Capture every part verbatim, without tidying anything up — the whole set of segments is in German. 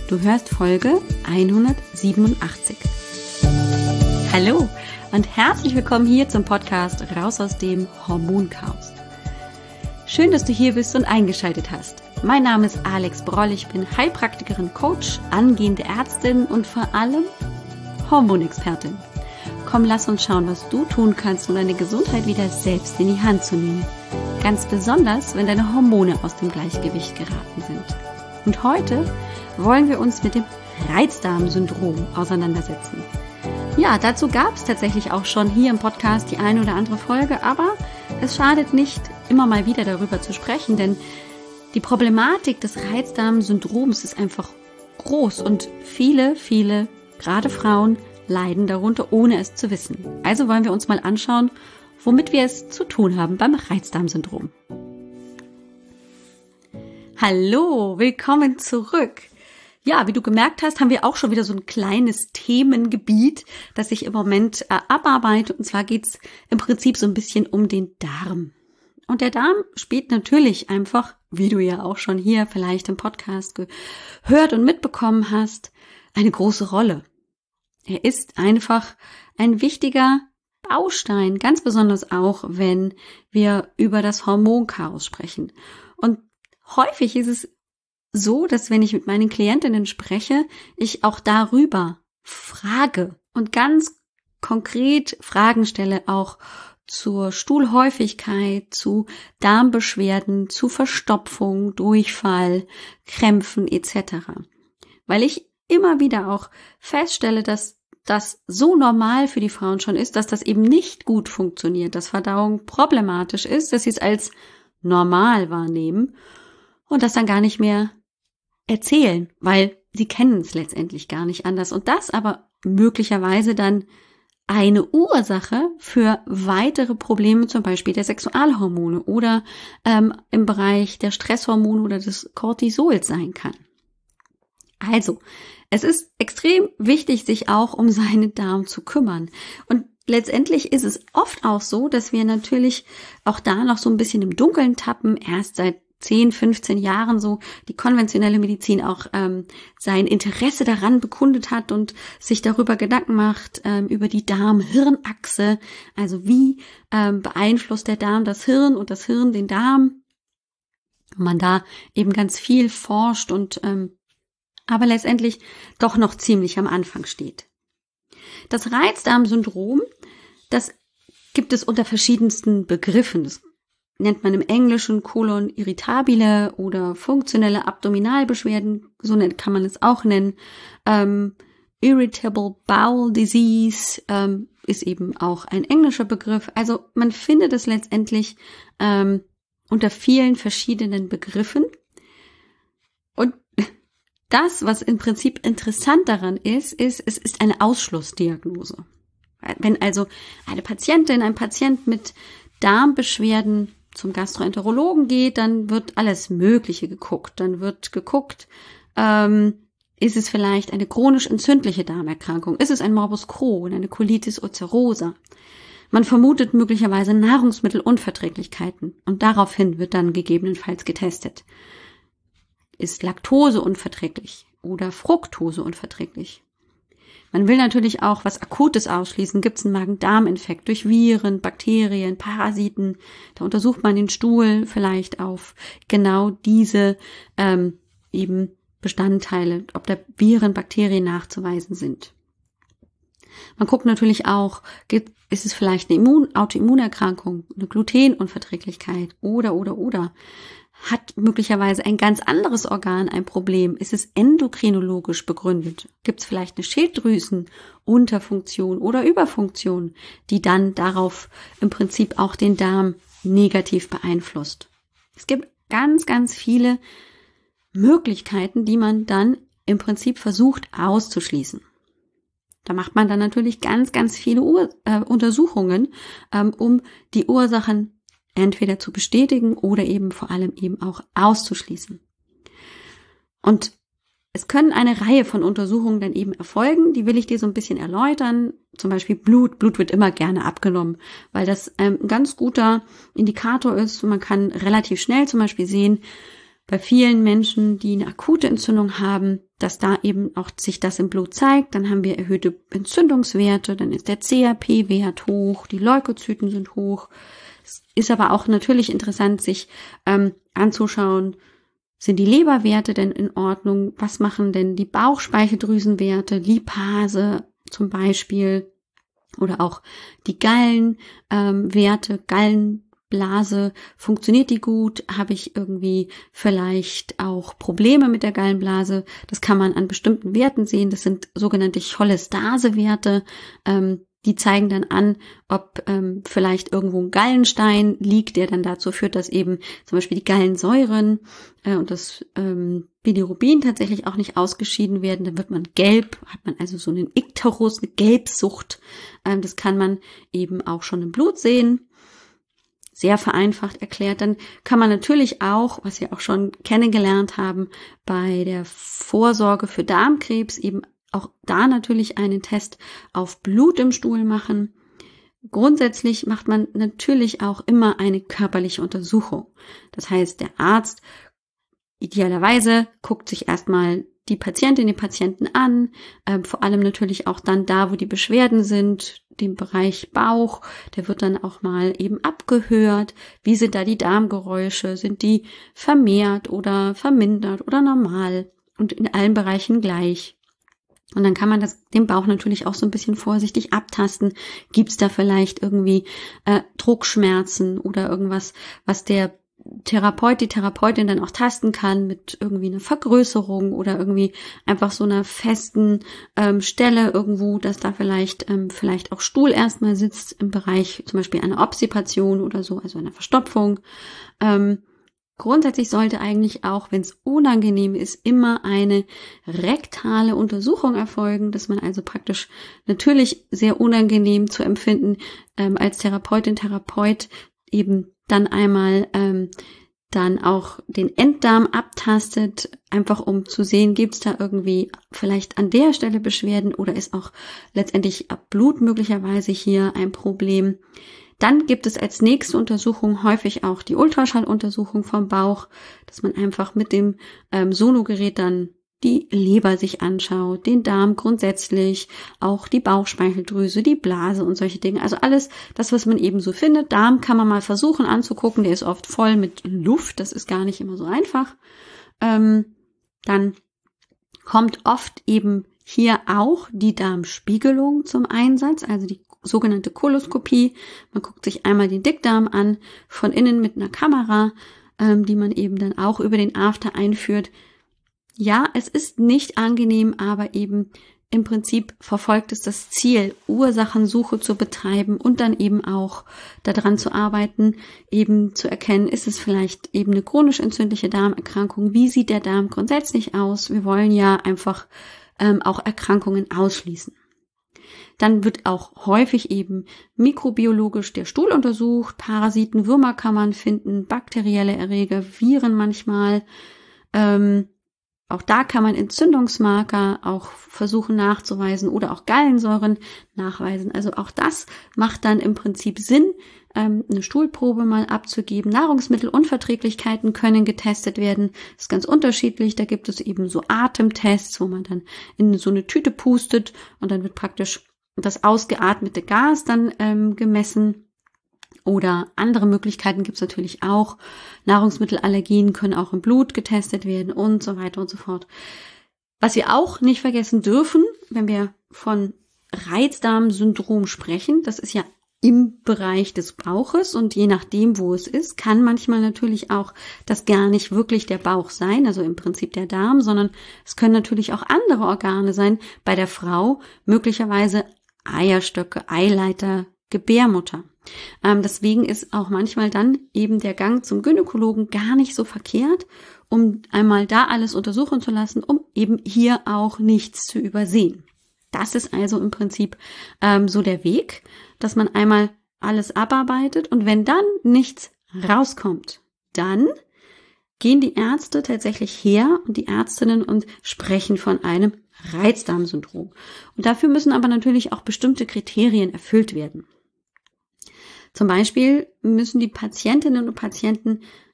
Du hörst Folge hundertsiebenundachtzig. Hallo und herzlich willkommen hier zum Podcast Raus aus dem Hormonchaos. Schön, dass du hier bist und eingeschaltet hast. Mein Name ist Alex Broll, ich bin Heilpraktikerin, Coach, angehende Ärztin und vor allem Hormonexpertin. Komm, lass uns schauen, was du tun kannst, um deine Gesundheit wieder selbst in die Hand zu nehmen. Ganz besonders, wenn deine Hormone aus dem Gleichgewicht geraten sind. Und heute wollen wir uns mit dem Reizdarmsyndrom auseinandersetzen. Ja, dazu gab es tatsächlich auch schon hier im Podcast die eine oder andere Folge, aber es schadet nicht, immer mal wieder darüber zu sprechen, denn die Problematik des Reizdarmsyndroms ist einfach groß und viele, viele, gerade Frauen, leiden darunter, ohne es zu wissen. Also wollen wir uns mal anschauen, womit wir es zu tun haben beim Reizdarmsyndrom. Hallo, willkommen zurück. Ja, wie du gemerkt hast, haben wir auch schon wieder so ein kleines Themengebiet, das ich im Moment äh, abarbeite. Und zwar geht's im Prinzip so ein bisschen um den Darm. Und der Darm spielt natürlich einfach, wie du ja auch schon hier vielleicht im Podcast gehört und mitbekommen hast, eine große Rolle. Er ist einfach ein wichtiger Baustein, ganz besonders auch, wenn wir über das Hormonchaos sprechen. Und häufig ist es so, dass wenn ich mit meinen Klientinnen spreche, ich auch darüber frage und ganz konkret Fragen stelle, auch zur Stuhlhäufigkeit, zu Darmbeschwerden, zu Verstopfung, Durchfall, Krämpfen et cetera. Weil ich immer wieder auch feststelle, dass das so normal für die Frauen schon ist, dass das eben nicht gut funktioniert, dass Verdauung problematisch ist, dass sie es als normal wahrnehmen und das dann gar nicht mehr erzählen, weil sie kennen es letztendlich gar nicht anders. Und das aber möglicherweise dann eine Ursache für weitere Probleme, zum Beispiel der Sexualhormone oder ähm, im Bereich der Stresshormone oder des Cortisols sein kann. Also, es ist extrem wichtig, sich auch um seinen Darm zu kümmern. Und letztendlich ist es oft auch so, dass wir natürlich auch da noch so ein bisschen im Dunkeln tappen, erst seit zehn, fünfzehn Jahren so die konventionelle Medizin auch ähm, sein Interesse daran bekundet hat und sich darüber Gedanken macht, ähm, über die Darm-Hirn-Achse, also wie ähm, beeinflusst der Darm das Hirn und das Hirn den Darm. Und man da eben ganz viel forscht und ähm, aber letztendlich doch noch ziemlich am Anfang steht. Das Reizdarmsyndrom, das gibt es unter verschiedensten Begriffen. Das nennt man im Englischen Colon irritabile oder funktionelle Abdominalbeschwerden, so kann man es auch nennen. Ähm, Irritable Bowel Disease ähm, ist eben auch ein englischer Begriff. Also man findet es letztendlich ähm, unter vielen verschiedenen Begriffen. Und das, was im Prinzip interessant daran ist, ist, es ist eine Ausschlussdiagnose. Wenn also eine Patientin, ein Patient mit Darmbeschwerden zum Gastroenterologen geht, dann wird alles Mögliche geguckt. Dann wird geguckt, ähm, ist es vielleicht eine chronisch entzündliche Darmerkrankung? Ist es ein Morbus Crohn, eine Colitis ulcerosa? Man vermutet möglicherweise Nahrungsmittelunverträglichkeiten und daraufhin wird dann gegebenenfalls getestet. Ist Laktose unverträglich oder Fructose unverträglich? Man will natürlich auch was Akutes ausschließen. Gibt es einen Magen-Darm-Infekt durch Viren, Bakterien, Parasiten? Da untersucht man den Stuhl vielleicht auf genau diese ähm, eben Bestandteile, ob da Viren, Bakterien nachzuweisen sind. Man guckt natürlich auch, gibt, ist es vielleicht eine Immun, Autoimmunerkrankung, eine Glutenunverträglichkeit oder, oder, oder. Hat möglicherweise ein ganz anderes Organ ein Problem? Ist es endokrinologisch begründet? Gibt es vielleicht eine Schilddrüsenunterfunktion oder Überfunktion, die dann darauf im Prinzip auch den Darm negativ beeinflusst? Es gibt ganz, ganz viele Möglichkeiten, die man dann im Prinzip versucht auszuschließen. Da macht man dann natürlich ganz, ganz viele Ur- äh, Untersuchungen, ähm, um die Ursachen entweder zu bestätigen oder eben vor allem eben auch auszuschließen. Und es können eine Reihe von Untersuchungen dann eben erfolgen, die will ich dir so ein bisschen erläutern. Zum Beispiel Blut. Blut wird immer gerne abgenommen, weil das ähm, ein ganz guter Indikator ist. Man kann relativ schnell zum Beispiel sehen, bei vielen Menschen, die eine akute Entzündung haben, dass da eben auch sich das im Blut zeigt. Dann haben wir erhöhte Entzündungswerte, dann ist der C R P-Wert hoch, die Leukozyten sind hoch. Es ist aber auch natürlich interessant, sich ähm, anzuschauen, sind die Leberwerte denn in Ordnung? Was machen denn die Bauchspeicheldrüsenwerte, Lipase zum Beispiel oder auch die Gallenwerte, ähm, Werte, Gallenblase, funktioniert die gut? Habe ich irgendwie vielleicht auch Probleme mit der Gallenblase? Das kann man an bestimmten Werten sehen. Das sind sogenannte Cholestasewerte. Ähm, Die zeigen dann an, ob ähm, vielleicht irgendwo ein Gallenstein liegt, der dann dazu führt, dass eben zum Beispiel die Gallensäuren äh, und das ähm, Bilirubin tatsächlich auch nicht ausgeschieden werden. Dann wird man gelb, hat man also so einen Ikterus, eine Gelbsucht. Ähm, das kann man eben auch schon im Blut sehen. Sehr vereinfacht erklärt. Dann kann man natürlich auch, was wir auch schon kennengelernt haben, bei der Vorsorge für Darmkrebs eben auch da natürlich einen Test auf Blut im Stuhl machen. Grundsätzlich macht man natürlich auch immer eine körperliche Untersuchung. Das heißt, der Arzt idealerweise guckt sich erstmal die Patientin, den Patienten an, äh, vor allem natürlich auch dann da, wo die Beschwerden sind, den Bereich Bauch, der wird dann auch mal eben abgehört. Wie sind da die Darmgeräusche? Sind die vermehrt oder vermindert oder normal? Und in allen Bereichen gleich. Und dann kann man das, den Bauch natürlich auch so ein bisschen vorsichtig abtasten. Gibt es da vielleicht irgendwie äh, Druckschmerzen oder irgendwas, was der Therapeut, die Therapeutin dann auch tasten kann mit irgendwie einer Vergrößerung oder irgendwie einfach so einer festen ähm, Stelle irgendwo, dass da vielleicht ähm, vielleicht auch Stuhl erstmal sitzt im Bereich zum Beispiel einer Obstipation oder so, also einer Verstopfung. Ähm, Grundsätzlich sollte eigentlich auch, wenn es unangenehm ist, immer eine rektale Untersuchung erfolgen, dass man also praktisch natürlich sehr unangenehm zu empfinden ähm, als Therapeutin, Therapeut eben dann einmal ähm, dann auch den Enddarm abtastet, einfach um zu sehen, gibt es da irgendwie vielleicht an der Stelle Beschwerden oder ist auch letztendlich Blut möglicherweise hier ein Problem. Dann gibt es als nächste Untersuchung häufig auch die Ultraschalluntersuchung vom Bauch, dass man einfach mit dem ähm, Sonogerät dann die Leber sich anschaut, den Darm grundsätzlich, auch die Bauchspeicheldrüse, die Blase und solche Dinge. Also alles, das, was man eben so findet. Darm kann man mal versuchen anzugucken, der ist oft voll mit Luft, das ist gar nicht immer so einfach. Ähm, dann kommt oft eben hier auch die Darmspiegelung zum Einsatz, also die sogenannte Koloskopie. Man guckt sich einmal den Dickdarm an, von innen mit einer Kamera, ähm, die man eben dann auch über den After einführt. Ja, es ist nicht angenehm, aber eben im Prinzip verfolgt es das Ziel, Ursachensuche zu betreiben und dann eben auch daran zu arbeiten, eben zu erkennen, ist es vielleicht eben eine chronisch entzündliche Darmerkrankung? Wie sieht der Darm grundsätzlich aus? Wir wollen ja einfach ähm, auch Erkrankungen ausschließen. Dann wird auch häufig eben mikrobiologisch der Stuhl untersucht, Parasiten, Würmer kann man finden, bakterielle Erreger, Viren manchmal. Ähm, auch da kann man Entzündungsmarker auch versuchen nachzuweisen oder auch Gallensäuren nachweisen. Also auch das macht dann im Prinzip Sinn, ähm, eine Stuhlprobe mal abzugeben. Nahrungsmittelunverträglichkeiten können getestet werden. Das ist ganz unterschiedlich. Da gibt es eben so Atemtests, wo man dann in so eine Tüte pustet und dann wird praktisch das ausgeatmete Gas dann ähm, gemessen. Oder andere Möglichkeiten gibt es natürlich auch. Nahrungsmittelallergien können auch im Blut getestet werden und so weiter und so fort. Was wir auch nicht vergessen dürfen, wenn wir von Reizdarmsyndrom sprechen, das ist ja im Bereich des Bauches und je nachdem, wo es ist, kann manchmal natürlich auch das gar nicht wirklich der Bauch sein, also im Prinzip der Darm, sondern es können natürlich auch andere Organe sein. Bei der Frau möglicherweise Eierstöcke, Eileiter, Gebärmutter. Ähm, deswegen ist auch manchmal dann eben der Gang zum Gynäkologen gar nicht so verkehrt, um einmal da alles untersuchen zu lassen, um eben hier auch nichts zu übersehen. Das ist also im Prinzip ähm, so der Weg, dass man einmal alles abarbeitet und wenn dann nichts rauskommt, dann gehen die Ärzte tatsächlich her und die Ärztinnen und sprechen von einem Reizdarmsyndrom. Und dafür müssen aber natürlich auch bestimmte Kriterien erfüllt werden. Zum Beispiel müssen die Patientinnen und Patienten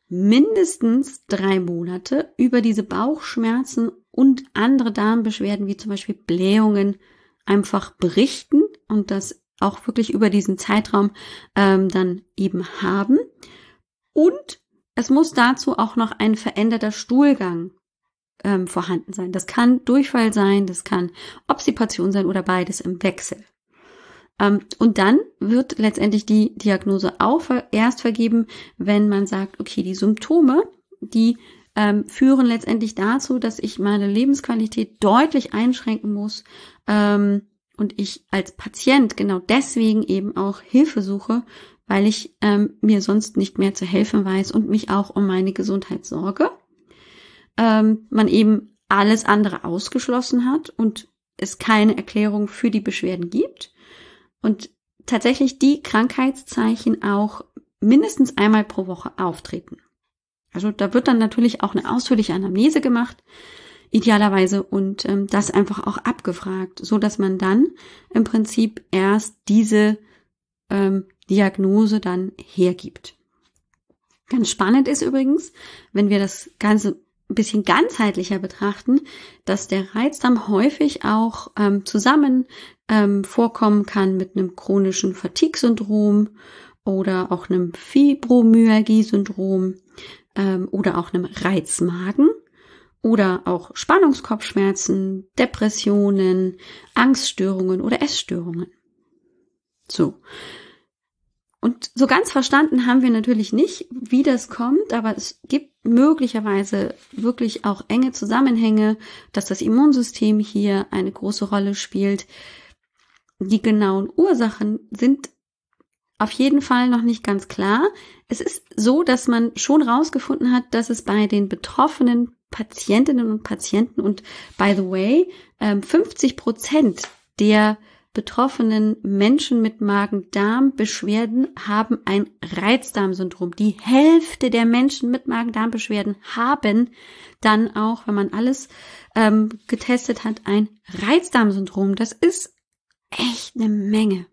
mindestens drei Monate über diese Bauchschmerzen und andere Darmbeschwerden, wie zum Beispiel Blähungen, einfach berichten und das auch wirklich über diesen Zeitraum ähm, dann eben haben. Und es muss dazu auch noch ein veränderter Stuhlgang ähm, vorhanden sein. Das kann Durchfall sein, das kann Obstipation sein oder beides im Wechsel. Ähm, und dann wird letztendlich die Diagnose auch erst vergeben, wenn man sagt, okay, die Symptome, die ähm, führen letztendlich dazu, dass ich meine Lebensqualität deutlich einschränken muss ähm, und ich als Patient genau deswegen eben auch Hilfe suche, weil ich ähm, mir sonst nicht mehr zu helfen weiß und mich auch um meine Gesundheit sorge. Ähm, man eben alles andere ausgeschlossen hat und es keine Erklärung für die Beschwerden gibt und tatsächlich die Krankheitszeichen auch mindestens einmal pro Woche auftreten. Also da wird dann natürlich auch eine ausführliche Anamnese gemacht, idealerweise, und ähm, das einfach auch abgefragt, so dass man dann im Prinzip erst diese ähm, Diagnose dann hergibt. Ganz spannend ist übrigens, wenn wir das Ganze ein bisschen ganzheitlicher betrachten, dass der Reizdarm häufig auch ähm, zusammen ähm, vorkommen kann mit einem chronischen Fatigue-Syndrom oder auch einem Fibromyalgie-Syndrom ähm, oder auch einem Reizmagen oder auch Spannungskopfschmerzen, Depressionen, Angststörungen oder Essstörungen. So. Und so ganz verstanden haben wir natürlich nicht, wie das kommt, aber es gibt möglicherweise wirklich auch enge Zusammenhänge, dass das Immunsystem hier eine große Rolle spielt. Die genauen Ursachen sind auf jeden Fall noch nicht ganz klar. Es ist so, dass man schon rausgefunden hat, dass es bei den betroffenen Patientinnen und Patienten und by the way, fünfzig Prozent der betroffenen Menschen mit Magen-Darm-Beschwerden haben ein Reizdarmsyndrom. Die Hälfte der Menschen mit Magen-Darm-Beschwerden haben dann auch, wenn man alles ähm, getestet hat, ein Reizdarmsyndrom. Das ist echt eine Menge.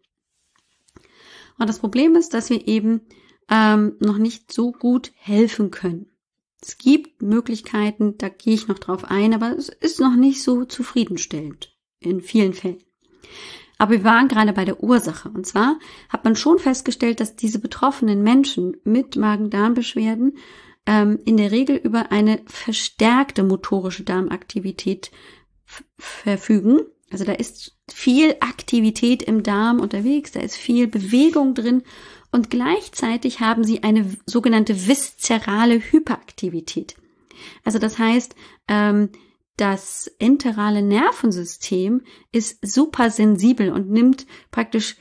Und das Problem ist, dass wir eben ähm, noch nicht so gut helfen können. Es gibt Möglichkeiten, da gehe ich noch drauf ein, aber es ist noch nicht so zufriedenstellend in vielen Fällen. Aber wir waren gerade bei der Ursache. Und zwar hat man schon festgestellt, dass diese betroffenen Menschen mit Magen-Darm-Beschwerden ähm, in der Regel über eine verstärkte motorische Darmaktivität f- verfügen. Also da ist viel Aktivität im Darm unterwegs, da ist viel Bewegung drin und gleichzeitig haben sie eine sogenannte viszerale Hyperaktivität. Also das heißt, ähm, das enterale Nervensystem ist super sensibel und nimmt praktisch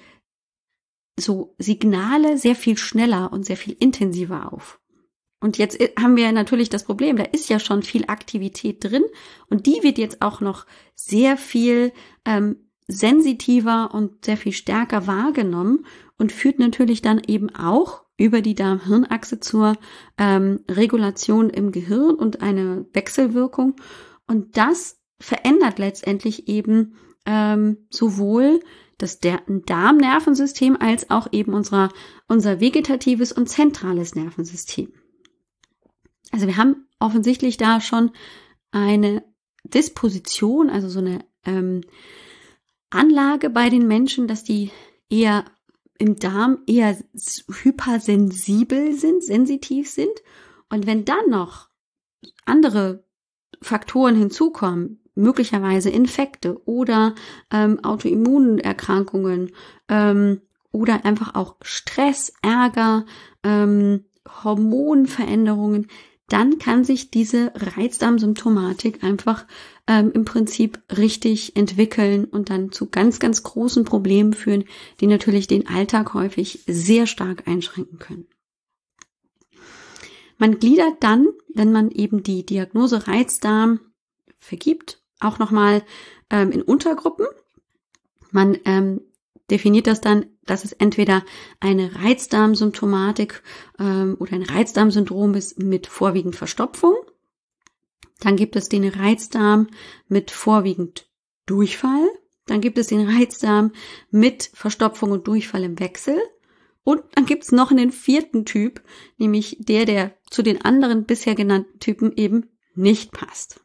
so Signale sehr viel schneller und sehr viel intensiver auf. Und jetzt haben wir natürlich das Problem, da ist ja schon viel Aktivität drin und die wird jetzt auch noch sehr viel ähm, sensitiver und sehr viel stärker wahrgenommen und führt natürlich dann eben auch über die Darm-Hirn-Achse zur ähm, Regulation im Gehirn und eine Wechselwirkung. Und das verändert letztendlich eben ähm, sowohl das Darmnervensystem als auch eben unser, unser vegetatives und zentrales Nervensystem. Also wir haben offensichtlich da schon eine Disposition, also so eine ähm, Anlage bei den Menschen, dass die eher im Darm eher hypersensibel sind, sensitiv sind. Und wenn dann noch andere Faktoren hinzukommen, möglicherweise Infekte oder ähm, Autoimmunerkrankungen ähm, oder einfach auch Stress, Ärger, ähm, Hormonveränderungen, dann kann sich diese Reizdarmsymptomatik einfach ähm, im Prinzip richtig entwickeln und dann zu ganz, ganz großen Problemen führen, die natürlich den Alltag häufig sehr stark einschränken können. Man gliedert dann, wenn man eben die Diagnose Reizdarm vergibt, auch nochmal ähm, in Untergruppen. Man ähm, definiert das dann, dass es entweder eine Reizdarmsymptomatik ähm, oder ein Reizdarmsyndrom ist mit vorwiegend Verstopfung. Dann gibt es den Reizdarm mit vorwiegend Durchfall. Dann gibt es den Reizdarm mit Verstopfung und Durchfall im Wechsel. Und dann gibt's noch einen vierten Typ, nämlich der, der zu den anderen bisher genannten Typen eben nicht passt.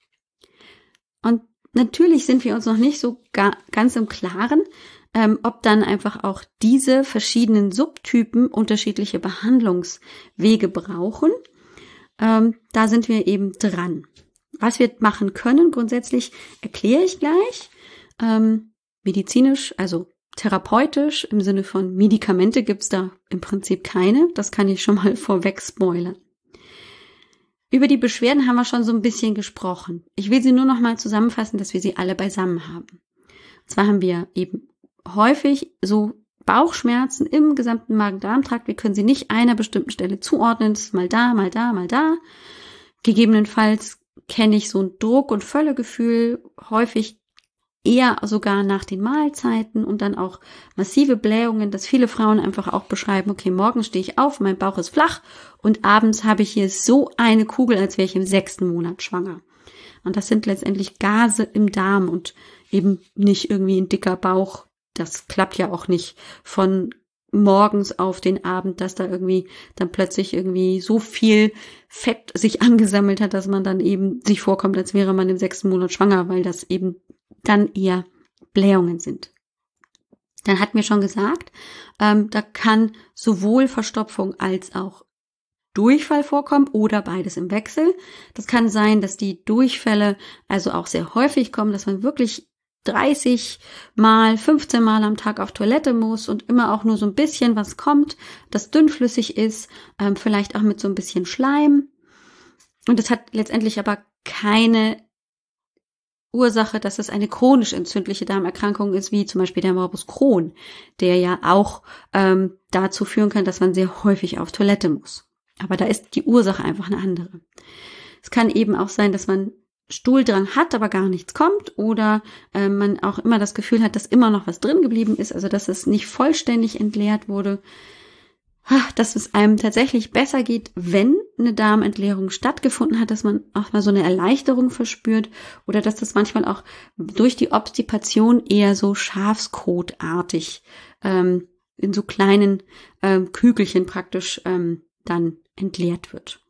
Und natürlich sind wir uns noch nicht so ga, ganz im Klaren, ähm, ob dann einfach auch diese verschiedenen Subtypen unterschiedliche Behandlungswege brauchen. Ähm, da sind wir eben dran. Was wir machen können, grundsätzlich erkläre ich gleich. Ähm, medizinisch, also therapeutisch, im Sinne von Medikamente gibt's da im Prinzip keine. Das kann ich schon mal vorweg spoilern. Über die Beschwerden haben wir schon so ein bisschen gesprochen. Ich will sie nur noch mal zusammenfassen, dass wir sie alle beisammen haben. Und zwar haben wir eben häufig so Bauchschmerzen im gesamten Magen-Darm-Trakt. Wir können sie nicht einer bestimmten Stelle zuordnen. Das ist mal da, mal da, mal da. Gegebenenfalls kenne ich so ein Druck- und Völlegefühl, häufig eher sogar nach den Mahlzeiten und dann auch massive Blähungen, dass viele Frauen einfach auch beschreiben, okay, morgen stehe ich auf, mein Bauch ist flach und abends habe ich hier so eine Kugel, als wäre ich im sechsten Monat schwanger. Und das sind letztendlich Gase im Darm und eben nicht irgendwie ein dicker Bauch. Das klappt ja auch nicht von morgens auf den Abend, dass da irgendwie dann plötzlich irgendwie so viel Fett sich angesammelt hat, dass man dann eben sich vorkommt, als wäre man im sechsten Monat schwanger, weil das eben dann eher Blähungen sind. Dann hatten wir schon gesagt, ähm, da kann sowohl Verstopfung als auch Durchfall vorkommen oder beides im Wechsel. Das kann sein, dass die Durchfälle also auch sehr häufig kommen, dass man wirklich dreißig Mal, fünfzehn Mal am Tag auf Toilette muss und immer auch nur so ein bisschen was kommt, das dünnflüssig ist, ähm, vielleicht auch mit so ein bisschen Schleim. Und es hat letztendlich aber keine Ursache, dass es eine chronisch entzündliche Darmerkrankung ist, wie zum Beispiel der Morbus Crohn, der ja auch ähm, dazu führen kann, dass man sehr häufig auf Toilette muss. Aber da ist die Ursache einfach eine andere. Es kann eben auch sein, dass man Stuhldrang hat, aber gar nichts kommt oder äh, man auch immer das Gefühl hat, dass immer noch was drin geblieben ist, also dass es nicht vollständig entleert wurde. Dass es einem tatsächlich besser geht, wenn eine Darmentleerung stattgefunden hat, dass man auch mal so eine Erleichterung verspürt oder dass das manchmal auch durch die Obstipation eher so schafskotartig ähm, in so kleinen ähm, Kügelchen praktisch ähm, dann entleert wird.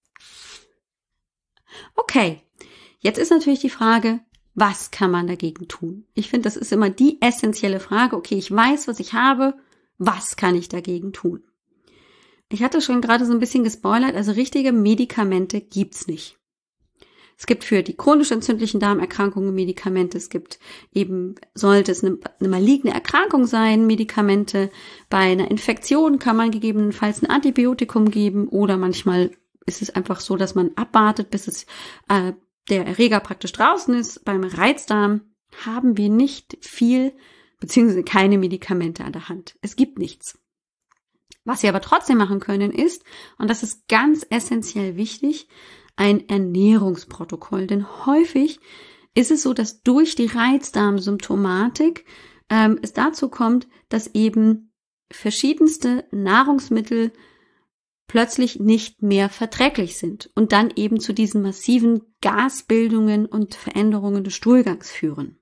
Okay, jetzt ist natürlich die Frage, was kann man dagegen tun? Ich finde, das ist immer die essentielle Frage. Okay, ich weiß, was ich habe, was kann ich dagegen tun? Ich hatte schon gerade so ein bisschen gespoilert, also richtige Medikamente gibt's nicht. Es gibt für die chronisch entzündlichen Darmerkrankungen Medikamente, es gibt eben, sollte es eine, eine maligne Erkrankung sein, Medikamente. Bei einer Infektion kann man gegebenenfalls ein Antibiotikum geben oder manchmal ist es einfach so, dass man abwartet, bis es äh, der Erreger praktisch draußen ist. Beim Reizdarm haben wir nicht viel beziehungsweise keine Medikamente an der Hand. Es gibt nichts. Was wir aber trotzdem machen können ist, und das ist ganz essentiell wichtig, ein Ernährungsprotokoll. Denn häufig ist es so, dass durch die Reizdarmsymptomatik ähm, es dazu kommt, dass eben verschiedenste Nahrungsmittel plötzlich nicht mehr verträglich sind und dann eben zu diesen massiven Gasbildungen und Veränderungen des Stuhlgangs führen.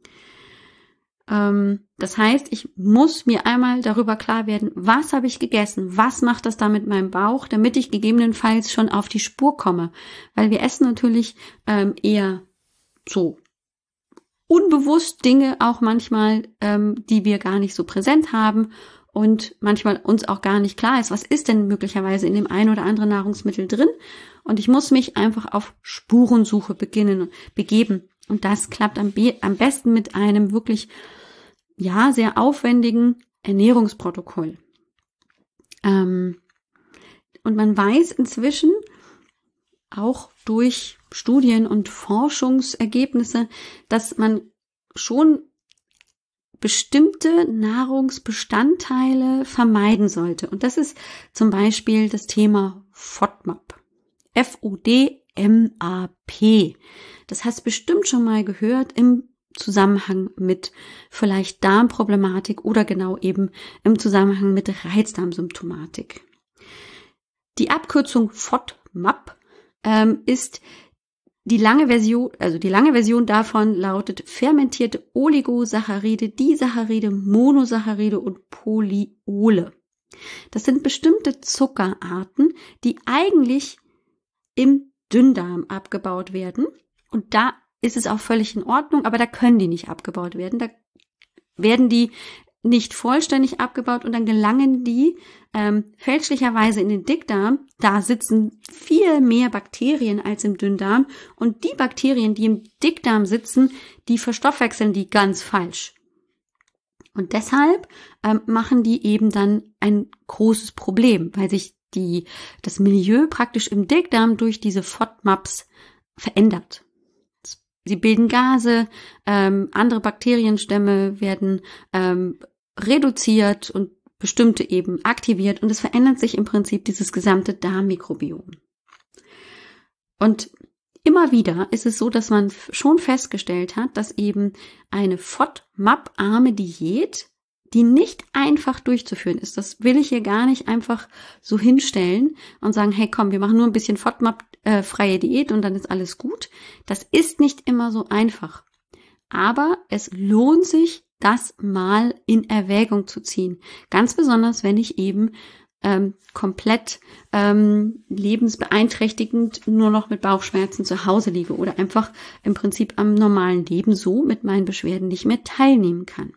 Das heißt, ich muss mir einmal darüber klar werden, was habe ich gegessen, was macht das da mit meinem Bauch, damit ich gegebenenfalls schon auf die Spur komme. Weil wir essen natürlich ähm, eher so unbewusst Dinge auch manchmal, ähm, die wir gar nicht so präsent haben und manchmal uns auch gar nicht klar ist, was ist denn möglicherweise in dem einen oder anderen Nahrungsmittel drin. Und ich muss mich einfach auf Spurensuche beginnen, begeben. Und das klappt am, be- am besten mit einem wirklich, ja, sehr aufwendigen Ernährungsprotokoll. Ähm, und man weiß inzwischen auch durch Studien und Forschungsergebnisse, dass man schon bestimmte Nahrungsbestandteile vermeiden sollte. Und das ist zum Beispiel das Thema FODMAP. F O D M A P. Das hast du bestimmt schon mal gehört im Zusammenhang mit vielleicht Darmproblematik oder genau eben im Zusammenhang mit Reizdarmsymptomatik. Die Abkürzung FODMAP ähm, ist die lange Version, also die lange Version davon lautet fermentierte Oligosaccharide, Disaccharide, Monosaccharide und Polyole. Das sind bestimmte Zuckerarten, die eigentlich im Dünndarm abgebaut werden. Und da ist es auch völlig in Ordnung, aber da können die nicht abgebaut werden. Da werden die nicht vollständig abgebaut und dann gelangen die ähm, fälschlicherweise in den Dickdarm. Da sitzen viel mehr Bakterien als im Dünndarm und die Bakterien, die im Dickdarm sitzen, die verstoffwechseln die ganz falsch. Und deshalb ähm, machen die eben dann ein großes Problem, weil sich die das Milieu praktisch im Dickdarm durch diese FODMAPs verändert. Sie bilden Gase, ähm, andere Bakterienstämme werden ähm, reduziert und bestimmte eben aktiviert und es verändert sich im Prinzip dieses gesamte Darmmikrobiom. Und immer wieder ist es so, dass man schon festgestellt hat, dass eben eine FODMAP-arme Diät, die nicht einfach durchzuführen ist, das will ich hier gar nicht einfach so hinstellen und sagen, hey komm, wir machen nur ein bisschen FODMAP-freie Diät und dann ist alles gut. Das ist nicht immer so einfach. Aber es lohnt sich, das mal in Erwägung zu ziehen. Ganz besonders, wenn ich eben ähm, komplett ähm, lebensbeeinträchtigend nur noch mit Bauchschmerzen zu Hause liege oder einfach im Prinzip am normalen Leben so mit meinen Beschwerden nicht mehr teilnehmen kann.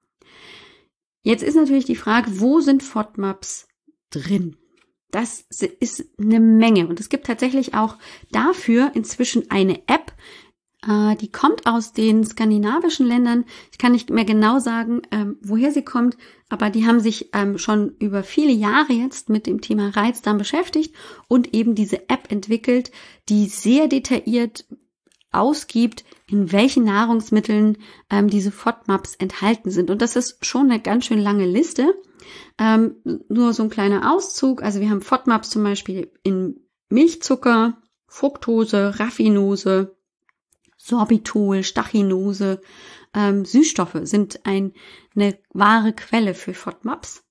Jetzt ist natürlich die Frage, wo sind FODMAPs drin? Das ist eine Menge und es gibt tatsächlich auch dafür inzwischen eine App, äh, die kommt aus den skandinavischen Ländern. Ich kann nicht mehr genau sagen, ähm, woher sie kommt, aber die haben sich ähm, schon über viele Jahre jetzt mit dem Thema Reizdarm beschäftigt und eben diese App entwickelt, die sehr detailliert ausgibt, in welchen Nahrungsmitteln ähm, diese FODMAPs enthalten sind. Und das ist schon eine ganz schön lange Liste. Ähm, nur so ein kleiner Auszug. Also wir haben FODMAPs zum Beispiel in Milchzucker, Fructose, Raffinose, Sorbitol, Stachinose. Ähm, Süßstoffe sind ein, eine wahre Quelle für FODMAPs.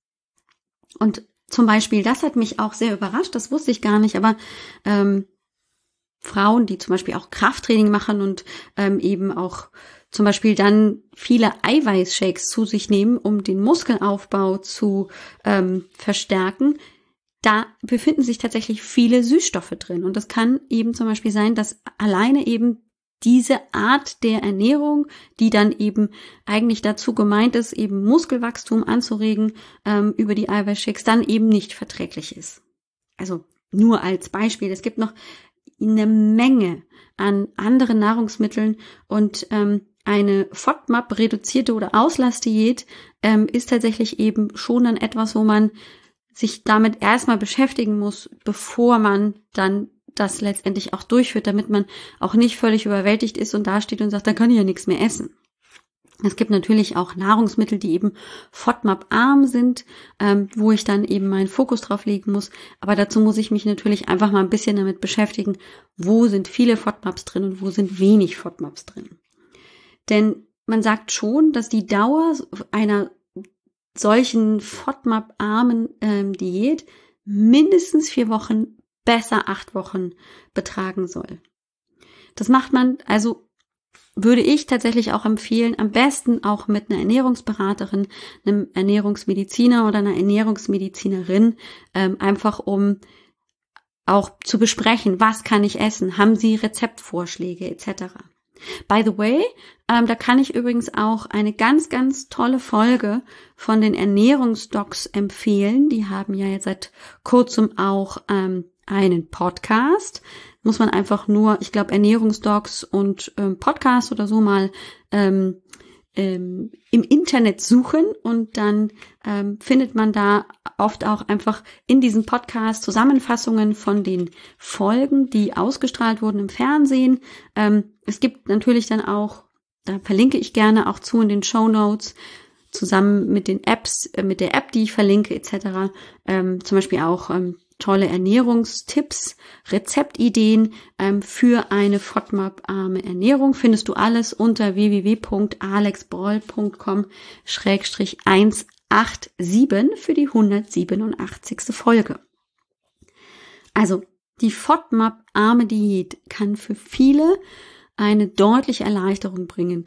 Und zum Beispiel, das hat mich auch sehr überrascht, das wusste ich gar nicht, aber ähm, Frauen, die zum Beispiel auch Krafttraining machen und ähm, eben auch zum Beispiel dann viele Eiweißshakes zu sich nehmen, um den Muskelaufbau zu ähm, verstärken, da befinden sich tatsächlich viele Süßstoffe drin. Und das kann eben zum Beispiel sein, dass alleine eben diese Art der Ernährung, die dann eben eigentlich dazu gemeint ist, eben Muskelwachstum anzuregen, ähm, über die Eiweißshakes dann eben nicht verträglich ist. Also nur als Beispiel. Es gibt noch eine Menge an anderen Nahrungsmitteln und ähm, eine FODMAP-reduzierte oder Auslassdiät ähm, ist tatsächlich eben schon dann etwas, wo man sich damit erstmal beschäftigen muss, bevor man dann das letztendlich auch durchführt, damit man auch nicht völlig überwältigt ist und dasteht und sagt, dann kann ich ja nichts mehr essen. Es gibt natürlich auch Nahrungsmittel, die eben FODMAP-arm sind, ähm, wo ich dann eben meinen Fokus drauf legen muss. Aber dazu muss ich mich natürlich einfach mal ein bisschen damit beschäftigen, wo sind viele FODMAPs drin und wo sind wenig FODMAPs drin. Denn man sagt schon, dass die Dauer einer solchen FODMAP-armen ähm, Diät mindestens vier Wochen, besser acht Wochen betragen soll. Das macht man also würde ich tatsächlich auch empfehlen, am besten auch mit einer Ernährungsberaterin, einem Ernährungsmediziner oder einer Ernährungsmedizinerin, ähm, einfach um auch zu besprechen, was kann ich essen, haben Sie Rezeptvorschläge et cetera. By the way, ähm, da kann ich übrigens auch eine ganz, ganz tolle Folge von den Ernährungsdocs empfehlen. Die haben ja jetzt seit kurzem auch ähm, einen Podcast. Muss man einfach nur, ich glaube, Ernährungsdocs und ähm, Podcast oder so mal ähm, ähm, im Internet suchen und dann ähm, findet man da oft auch einfach in diesem Podcast Zusammenfassungen von den Folgen, die ausgestrahlt wurden im Fernsehen. Ähm, es gibt natürlich dann auch, da verlinke ich gerne auch zu in den Shownotes, zusammen mit den Apps, äh, mit der App, die ich verlinke et cetera. Ähm, zum Beispiel auch ähm, tolle Ernährungstipps, Rezeptideen ähm, für eine FODMAP-arme Ernährung. Findest du alles unter w w w punkt alex broll punkt com schrägstrich hundertsiebenundachtzig für die hundertsiebenundachtzigste Folge. Also die FODMAP-arme Diät kann für viele eine deutliche Erleichterung bringen.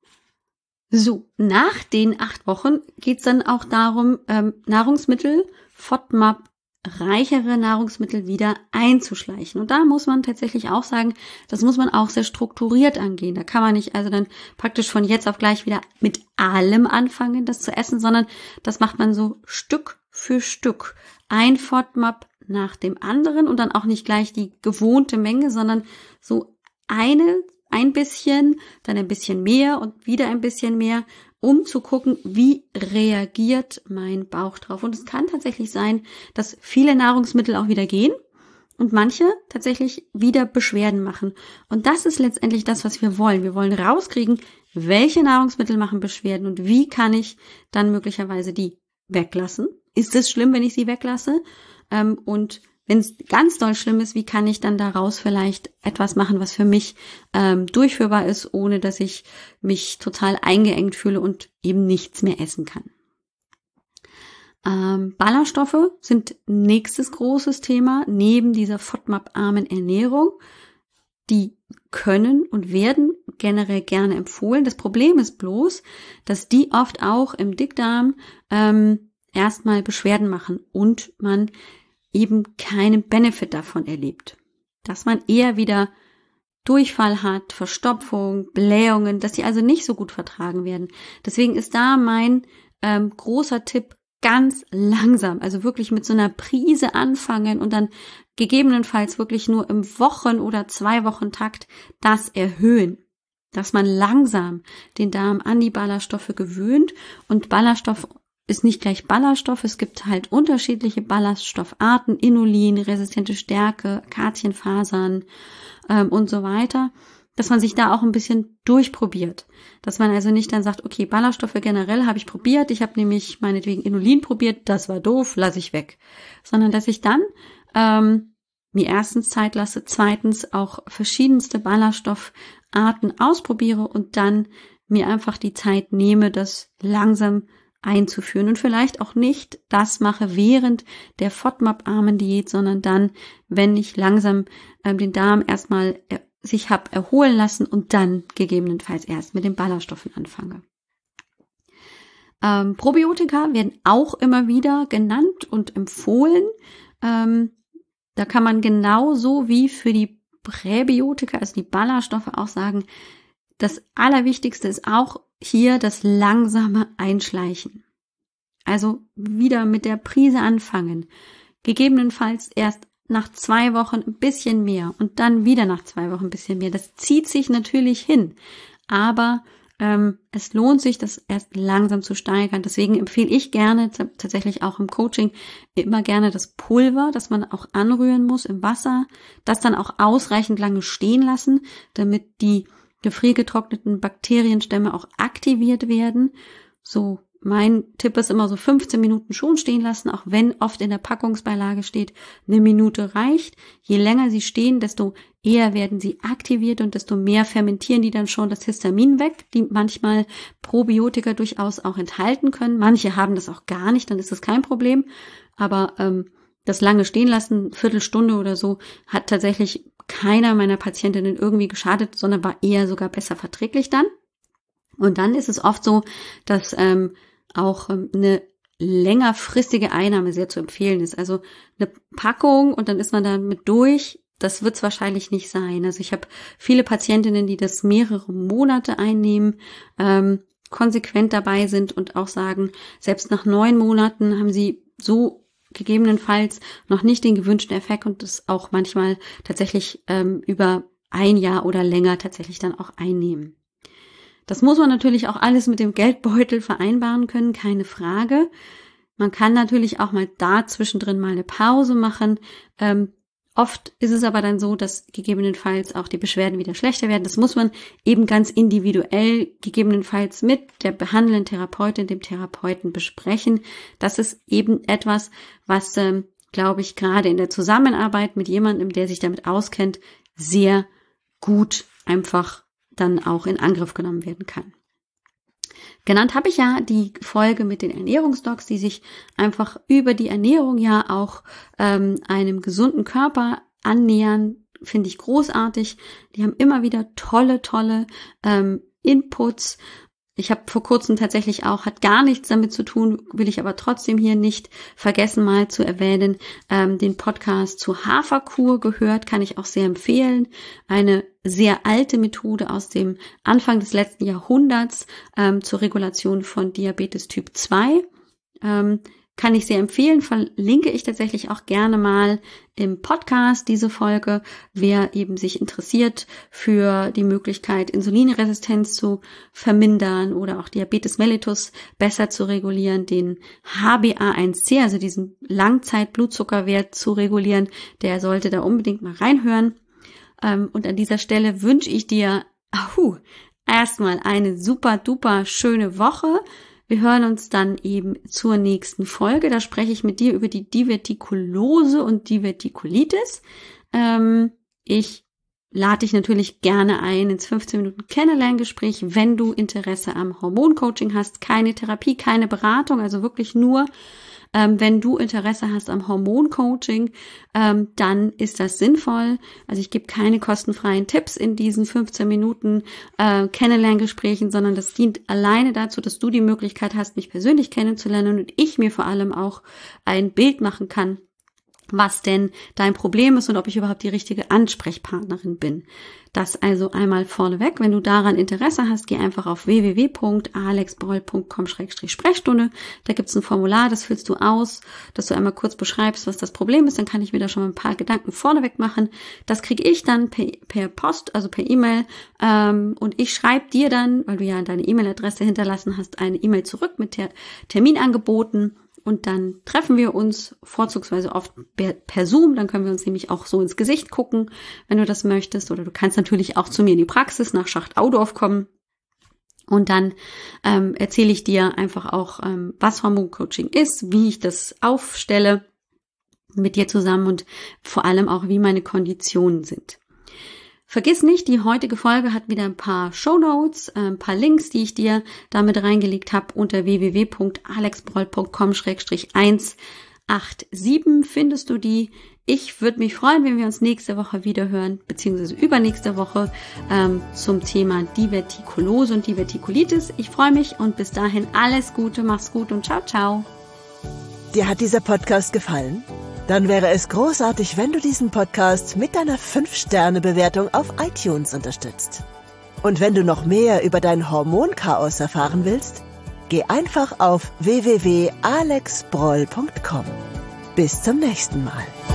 So, nach den acht Wochen geht's dann auch darum, ähm, Nahrungsmittel FODMAP reichere Nahrungsmittel wieder einzuschleichen. Und da muss man tatsächlich auch sagen, das muss man auch sehr strukturiert angehen. Da kann man nicht also dann praktisch von jetzt auf gleich wieder mit allem anfangen, das zu essen, sondern das macht man so Stück für Stück. Ein FODMAP nach dem anderen und dann auch nicht gleich die gewohnte Menge, sondern so eine, ein bisschen, dann ein bisschen mehr und wieder ein bisschen mehr, um zu gucken, wie reagiert mein Bauch drauf. Und es kann tatsächlich sein, dass viele Nahrungsmittel auch wieder gehen und manche tatsächlich wieder Beschwerden machen. Und das ist letztendlich das, was wir wollen. Wir wollen rauskriegen, welche Nahrungsmittel machen Beschwerden und wie kann ich dann möglicherweise die weglassen. Ist es schlimm, wenn ich sie weglasse? Ähm, und wenn es ganz doll schlimm ist, wie kann ich dann daraus vielleicht etwas machen, was für mich ähm, durchführbar ist, ohne dass ich mich total eingeengt fühle und eben nichts mehr essen kann. Ähm, Ballaststoffe sind nächstes großes Thema, neben dieser FODMAP-armen Ernährung. Die können und werden generell gerne empfohlen. Das Problem ist bloß, dass die oft auch im Dickdarm ähm, erstmal Beschwerden machen und man eben keinen Benefit davon erlebt. Dass man eher wieder Durchfall hat, Verstopfung, Blähungen, dass die also nicht so gut vertragen werden. Deswegen ist da mein ähm, großer Tipp, ganz langsam, also wirklich mit so einer Prise anfangen und dann gegebenenfalls wirklich nur im Wochen- oder Zwei-Wochen-Takt das erhöhen. Dass man langsam den Darm an die Ballaststoffe gewöhnt und Ballaststoff ist nicht gleich Ballaststoff, es gibt halt unterschiedliche Ballaststoffarten, Inulin, resistente Stärke, Akazienfasern ähm, und so weiter, dass man sich da auch ein bisschen durchprobiert. Dass man also nicht dann sagt, okay, Ballaststoffe generell habe ich probiert, ich habe nämlich meinetwegen Inulin probiert, das war doof, lasse ich weg. Sondern dass ich dann ähm, mir erstens Zeit lasse, zweitens auch verschiedenste Ballaststoffarten ausprobiere und dann mir einfach die Zeit nehme, das langsam einzuführen und vielleicht auch nicht das mache während der FODMAP-armen Diät, sondern dann, wenn ich langsam ähm, den Darm erstmal er, sich hab erholen lassen und dann gegebenenfalls erst mit den Ballaststoffen anfange. Ähm, Probiotika werden auch immer wieder genannt und empfohlen. Ähm, da kann man genauso wie für die Präbiotika, also die Ballaststoffe, auch sagen, das Allerwichtigste ist auch hier das langsame Einschleichen. Also wieder mit der Prise anfangen. Gegebenenfalls erst nach zwei Wochen ein bisschen mehr und dann wieder nach zwei Wochen ein bisschen mehr. Das zieht sich natürlich hin, aber ähm, es lohnt sich, das erst langsam zu steigern. Deswegen empfehle ich gerne, t- tatsächlich auch im Coaching, immer gerne das Pulver, das man auch anrühren muss im Wasser, das dann auch ausreichend lange stehen lassen, damit die gefriergetrockneten Bakterienstämme auch aktiviert werden. So, mein Tipp ist immer so fünfzehn Minuten schon stehen lassen, auch wenn oft in der Packungsbeilage steht, eine Minute reicht. Je länger sie stehen, desto eher werden sie aktiviert und desto mehr fermentieren die dann schon das Histamin weg, die manchmal Probiotika durchaus auch enthalten können. Manche haben das auch gar nicht, dann ist das kein Problem. Aber ähm, das lange stehen lassen, Viertelstunde oder so, hat tatsächlich keiner meiner Patientinnen irgendwie geschadet, sondern war eher sogar besser verträglich dann. Und dann ist es oft so, dass ähm, auch ähm, eine längerfristige Einnahme sehr zu empfehlen ist. Also eine Packung und dann ist man damit durch, das wird es wahrscheinlich nicht sein. Also ich habe viele Patientinnen, die das mehrere Monate einnehmen, ähm, konsequent dabei sind und auch sagen, selbst nach neun Monaten haben sie so gegebenenfalls noch nicht den gewünschten Effekt und das auch manchmal tatsächlich ähm, über ein Jahr oder länger tatsächlich dann auch einnehmen. Das muss man natürlich auch alles mit dem Geldbeutel vereinbaren können, keine Frage. Man kann natürlich auch mal da zwischendrin mal eine Pause machen. Ähm, oft ist es aber dann so, dass gegebenenfalls auch die Beschwerden wieder schlechter werden. Das muss man eben ganz individuell gegebenenfalls mit der behandelnden Therapeutin, dem Therapeuten besprechen. Das ist eben etwas, was, ähm, glaube ich, gerade in der Zusammenarbeit mit jemandem, der sich damit auskennt, sehr gut einfach dann auch in Angriff genommen werden kann. Genannt habe ich ja die Folge mit den Ernährungsdocs, die sich einfach über die Ernährung ja auch ähm, einem gesunden Körper annähern, finde ich großartig. Die haben immer wieder tolle, tolle ähm, Inputs Ich habe vor kurzem tatsächlich auch, hat gar nichts damit zu tun, will ich aber trotzdem hier nicht vergessen mal zu erwähnen, ähm, den Podcast zu Haferkur gehört, kann ich auch sehr empfehlen. Eine sehr alte Methode aus dem Anfang des letzten Jahrhunderts ähm, zur Regulation von Diabetes Typ zwei. Ähm, Kann ich sehr empfehlen, verlinke ich tatsächlich auch gerne mal im Podcast diese Folge, wer eben sich interessiert für die Möglichkeit, Insulinresistenz zu vermindern oder auch Diabetes mellitus besser zu regulieren, den H b A eins C, also diesen Langzeit-Blutzuckerwert zu regulieren, der sollte da unbedingt mal reinhören. Und an dieser Stelle wünsche ich dir ahu, erstmal eine super duper schöne Woche. Wir hören uns dann eben zur nächsten Folge. Da spreche ich mit dir über die Divertikulose und Divertikulitis. Ähm, ich lade dich natürlich gerne ein ins fünfzehn Minuten Kennenlerngespräch, wenn du Interesse am Hormoncoaching hast. Keine Therapie, keine Beratung, also wirklich nur, ähm, wenn du Interesse hast am Hormoncoaching, ähm, dann ist das sinnvoll. Also ich gebe keine kostenfreien Tipps in diesen fünfzehn Minuten äh, Kennenlerngesprächen, sondern das dient alleine dazu, dass du die Möglichkeit hast, mich persönlich kennenzulernen und ich mir vor allem auch ein Bild machen kann, was denn dein Problem ist und ob ich überhaupt die richtige Ansprechpartnerin bin. Das also einmal vorneweg. Wenn du daran Interesse hast, geh einfach auf w w w punkt alexbroll punkt com Schrägstrich Sprechstunde. Da gibt's ein Formular, das füllst du aus, dass du einmal kurz beschreibst, was das Problem ist. Dann kann ich mir da schon mal ein paar Gedanken vorneweg machen. Das kriege ich dann per, per Post, also per E-Mail. Ähm, und ich schreibe dir dann, weil du ja deine E-Mail-Adresse hinterlassen hast, eine E-Mail zurück mit Ter- Terminangeboten. Und dann treffen wir uns vorzugsweise oft per Zoom, dann können wir uns nämlich auch so ins Gesicht gucken, wenn du das möchtest. Oder du kannst natürlich auch zu mir in die Praxis nach Schacht-Audorf kommen. Und dann ähm, erzähle ich dir einfach auch, ähm, was Hormoncoaching ist, wie ich das aufstelle mit dir zusammen und vor allem auch, wie meine Konditionen sind. Vergiss nicht, die heutige Folge hat wieder ein paar Shownotes, ein paar Links, die ich dir damit reingelegt habe. Unter w w w punkt alexbroll punkt com Schrägstrich eins acht sieben findest du die. Ich würde mich freuen, wenn wir uns nächste Woche wieder hören, beziehungsweise übernächste Woche ähm, zum Thema Divertikulose und Divertikulitis. Ich freue mich und bis dahin alles Gute, mach's gut und ciao, ciao. Dir hat dieser Podcast gefallen? Dann wäre es großartig, wenn du diesen Podcast mit deiner fünf Sterne Bewertung auf iTunes unterstützt. Und wenn du noch mehr über dein Hormonchaos erfahren willst, geh einfach auf w w w punkt alexbroll punkt com. Bis zum nächsten Mal.